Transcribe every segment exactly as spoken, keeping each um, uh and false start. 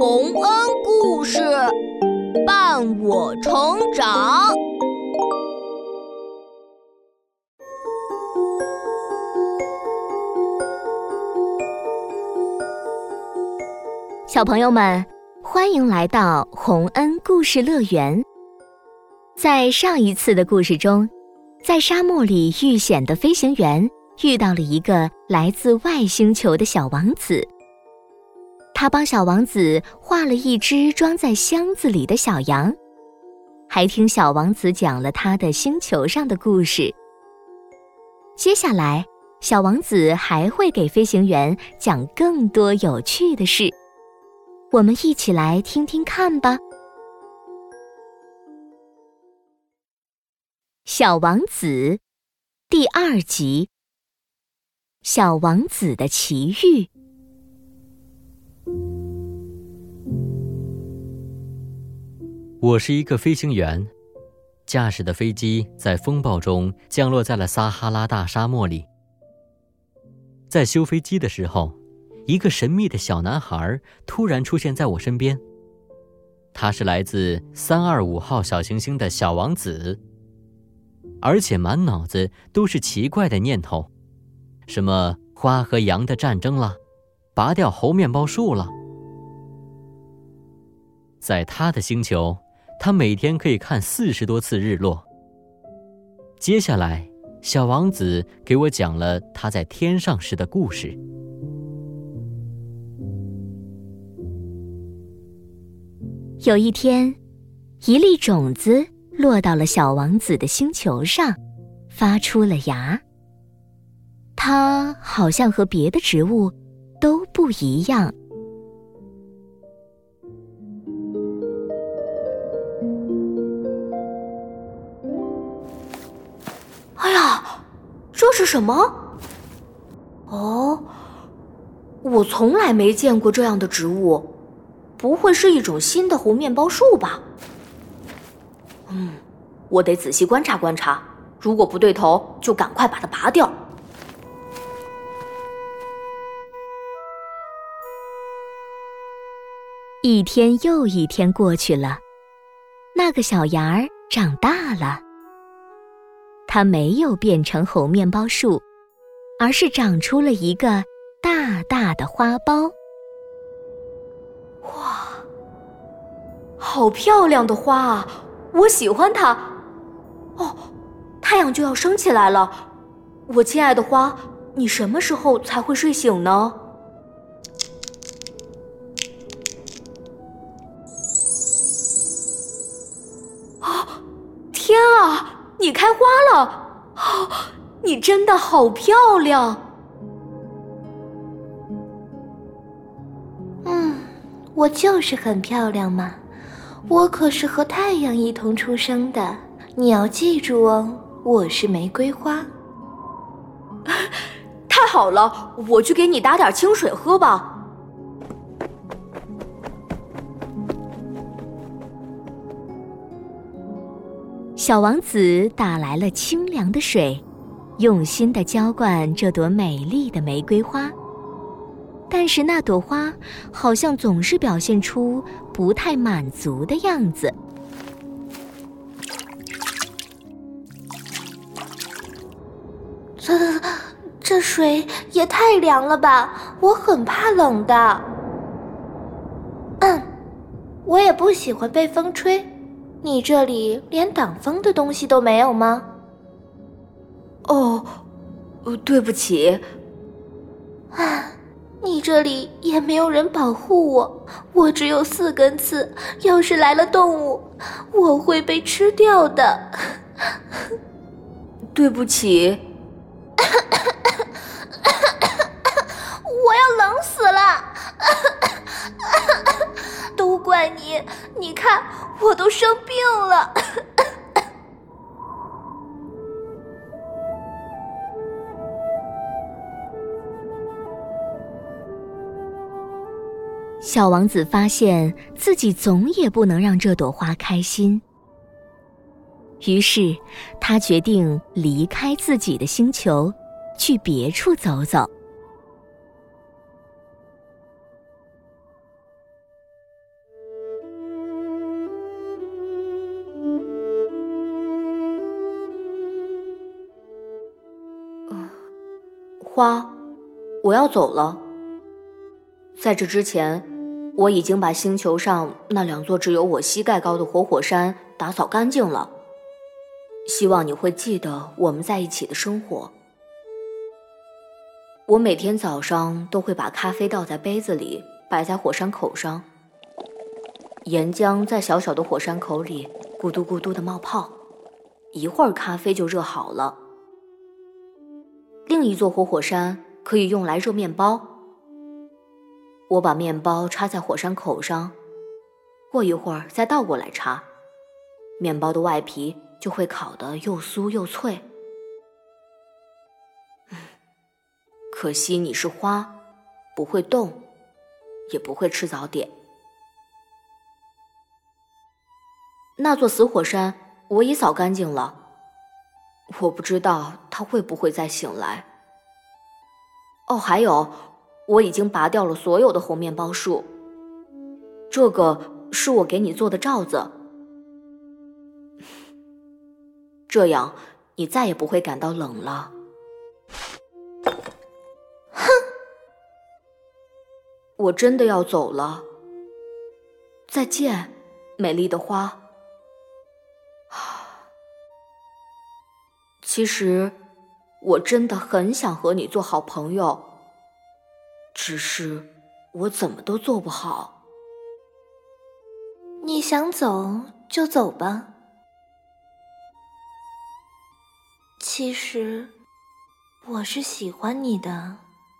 洪恩故事伴我成长。 小朋友们，欢迎来到洪恩故事乐园。在上一次的故事中，在沙漠里遇险的飞行员遇到了一个来自外星球的小王子。他帮小王子画了一只装在箱子里的小羊，还听小王子讲了他的星球上的故事。接下来，小王子还会给飞行员讲更多有趣的事，我们一起来听听看吧。小王子第二集，小王子的奇遇。 我是一个飞行员，驾驶的飞机在风暴中降落在了撒哈拉大沙漠里。在修飞机的时候，一个神秘的小男孩突然出现在我身边。他是来自三二五号小行星的小王子，而且满脑子都是奇怪的念头，什么花和羊的战争了，拔掉猴面包树了。在他的星球，他每天可以看四十多次日落。接下来，小王子给我讲了他在天上时的故事。 有一天，一粒种子落到了小王子的星球上，发出了芽。它好像和别的植物都不一样。 哎呀，这是什么？哦，我从来没见过这样的植物，不会是一种新的猴面包树吧？嗯，我得仔细观察观察，如果不对头，就赶快把它拔掉。 一天又一天过去了，那个小芽儿长大了。它没有变成猴面包树，而是长出了一个大大的花苞。 哇，好漂亮的花啊！我喜欢它。哦，太阳就要升起来了，我亲爱的花，你什么时候才会睡醒呢？啊，天啊！你开花了，哦，你真的好漂亮。 嗯，我就是很漂亮嘛，我可是和太阳一同出生的，你要记住哦，我是玫瑰花。 太好了，我去给你打点清水喝吧。 小王子打来了清凉的水，用心地浇灌这朵美丽的玫瑰花。但是那朵花好像总是表现出不太满足的样子。 这这水也太凉了吧，我很怕冷的。嗯，我也不喜欢被风吹。你这里连挡风的东西都没有吗？ 哦，对不起。 啊，你这里也没有人保护我，我只有四根刺，要是来了动物，我会被吃掉的。 对不起。 我要冷死了。都怪你，你看我都生病了。 小王子发现自己总也不能让这朵花开心，于是他决定离开自己的星球，去别处走走。 花，我要走了。在这之前，我已经把星球上那两座只有我膝盖高的活火山打扫干净了。希望你会记得我们在一起的生活。我每天早上都会把咖啡倒在杯子里，摆在火山口上。岩浆在小小的火山口里咕嘟咕嘟地冒泡，一会儿咖啡就热好了。另一座活火山可以用来热面包。我把面包插在火山口上，过一会儿再倒过来插，面包的外皮就会烤得又酥又脆。可惜你是花，不会动，也不会吃早点。那座死火山我已扫干净了，我不知道它会不会再醒来。哦，还有，我已经拔掉了所有的红面包树。这个是我给你做的罩子，这样你再也不会感到冷了。 哼！ 我真的要走了，再见，美丽的花。其实，我真的很想和你做好朋友，只是我怎么都做不好。 你想走就走吧。其实，我是喜欢你的。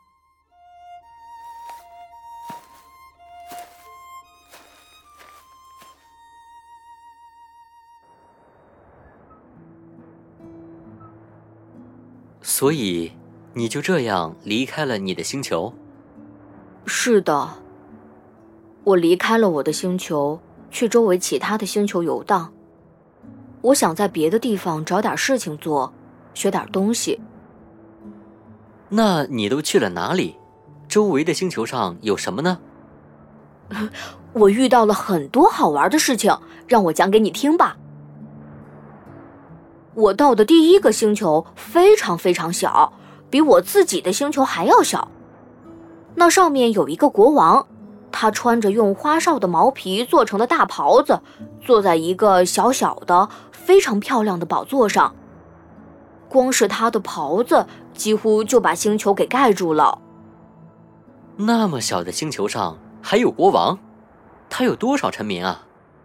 所以，你就这样离开了你的星球？ 是的，我离开了我的星球，去周围其他的星球游荡。我想在别的地方找点事情做，学点东西。 那你都去了哪里？周围的星球上有什么呢？ 我遇到了很多好玩的事情，让我讲给你听吧。我到的第一个星球非常非常小，比我自己的星球还要小。那上面有一个国王，他穿着用花哨的毛皮做成的大袍子，坐在一个小小的非常漂亮的宝座上。光是他的袍子几乎就把星球给盖住了。 那么小的星球上还有国王？他有多少臣民啊？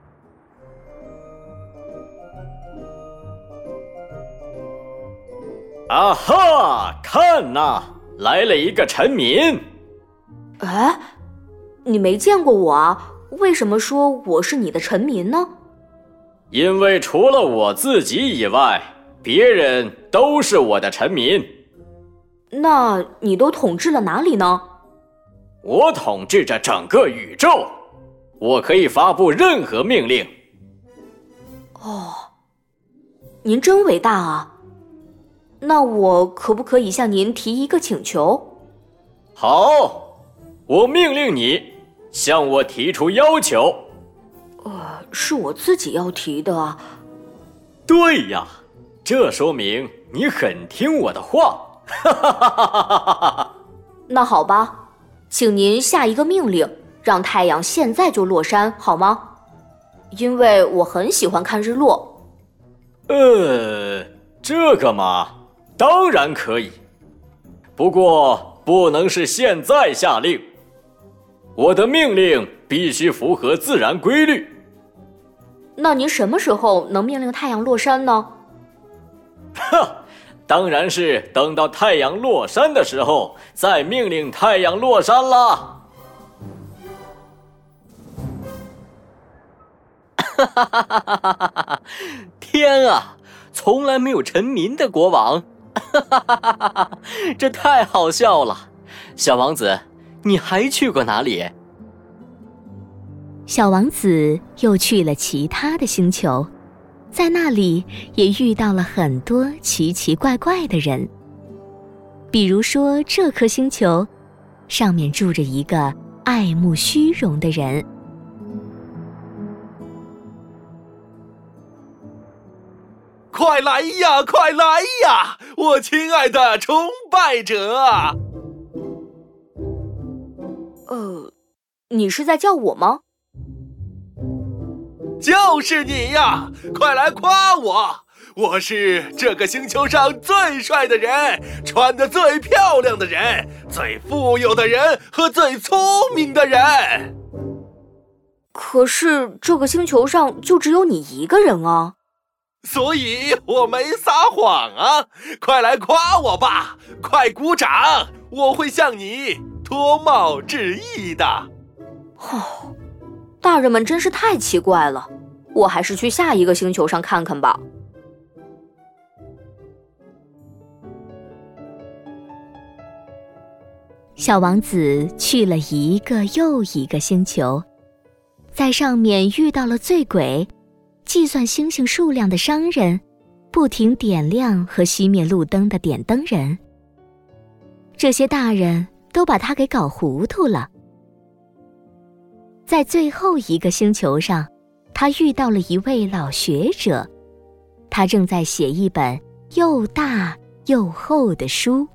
啊哈，看呐，来了一个臣民。 哎，你没见过我啊？为什么说我是你的臣民呢？ 因为除了我自己以外，别人都是我的臣民。 那你都统治了哪里呢？ 我统治着整个宇宙，我可以发布任何命令。 哦，您真伟大啊！那我可不可以向您提一个请求？ 好，我命令你向我提出要求。 呃，是我自己要提的啊。 对呀，这说明你很听我的话。哈哈哈哈哈哈！ 那好吧，请您下一个命令，让太阳现在就落山，好吗？因为我很喜欢看日落。 呃，这个嘛，当然可以，不过不能是现在下令。我的命令必须符合自然规律。 那您什么时候能命令太阳落山呢？ 哼，当然是等到太阳落山的时候，再命令太阳落山啦。 哈哈哈哈哈哈！天啊，从来没有臣民的国王，哈哈哈哈哈哈！这太好笑了。小王子，你还去过哪里？ 小王子又去了其他的星球，在那里也遇到了很多奇奇怪怪的人。比如说这颗星球，上面住着一个爱慕虚荣的人。 快快来呀，快来呀，我亲爱的崇拜者！ 呃，你是在叫我吗？ 就是你呀，快来夸我！我是这个星球上最帅的人，穿得最漂亮的人，最富有的人和最聪明的人。 可是这个星球上就只有你一个人啊。 所以我没撒谎啊！快来夸我吧，快鼓掌，我会向你脱帽致意的。 哦，大人们真是太奇怪了，我还是去下一个星球上看看吧。 小王子去了一个又一个星球，在上面遇到了醉鬼、计算星星数量的商人、不停点亮和熄灭路灯的点灯人。这些大人都把他给搞糊涂了。在最后一个星球上，他遇到了一位老学者，他正在写一本又大又厚的书。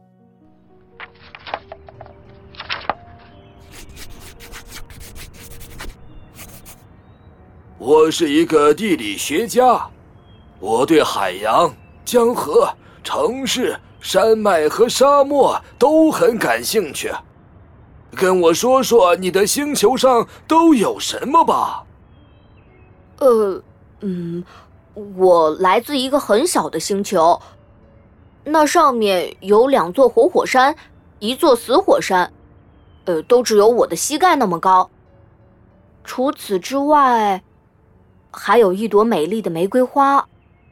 我是一个地理学家，我对海洋、江河、城市、山脉和沙漠都很感兴趣。跟我说说你的星球上都有什么吧。 呃，嗯，我来自一个很小的星球，那上面有两座活火山，一座死火山，呃，都只有我的膝盖那么高。除此之外，还有一朵美丽的玫瑰花。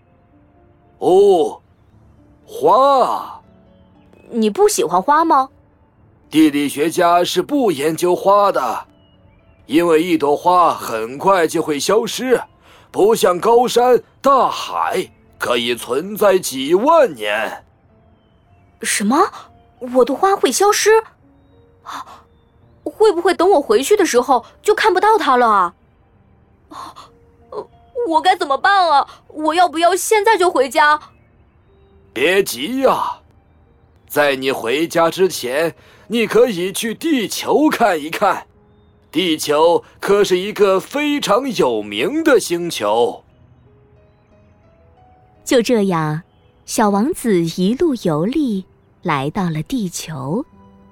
哦，花啊！ 你不喜欢花吗？ 地理学家是不研究花的，因为一朵花很快就会消失，不像高山、大海可以存在几万年。 什么？我的花会消失？啊，会不会等我回去的时候就看不到它了啊？啊，我该怎么办啊？我要不要现在就回家？ 别急呀，在你回家之前，你可以去地球看一看。地球可是一个非常有名的星球。 就这样，小王子一路游历，来到了地球。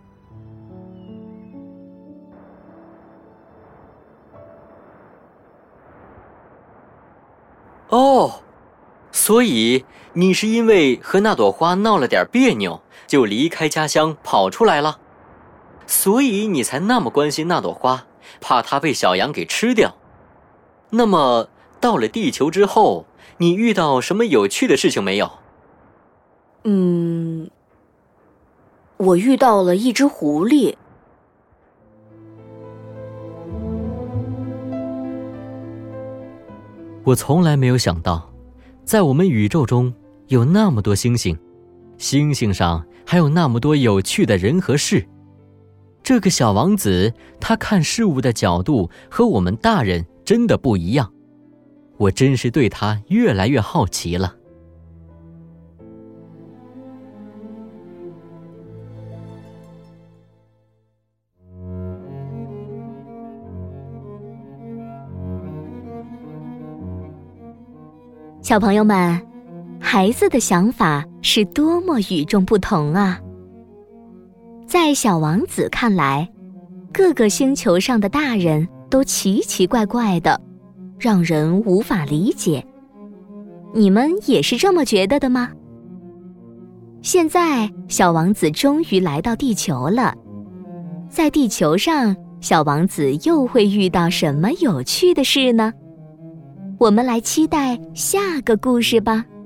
哦，所以你是因为和那朵花闹了点别扭，就离开家乡跑出来了，所以你才那么关心那朵花，怕它被小羊给吃掉。那么到了地球之后，你遇到什么有趣的事情没有？ 嗯，我遇到了一只狐狸。 我从来没有想到，在我们宇宙中有那么多星星，星星上还有那么多有趣的人和事。这个小王子，他看事物的角度和我们大人真的不一样，我真是对他越来越好奇了。 小朋友们，孩子的想法是多么与众不同啊！在小王子看来，各个星球上的大人都奇奇怪怪的，让人无法理解。你们也是这么觉得的吗？现在，小王子终于来到地球了。在地球上，小王子又会遇到什么有趣的事呢？我们来期待下个故事吧。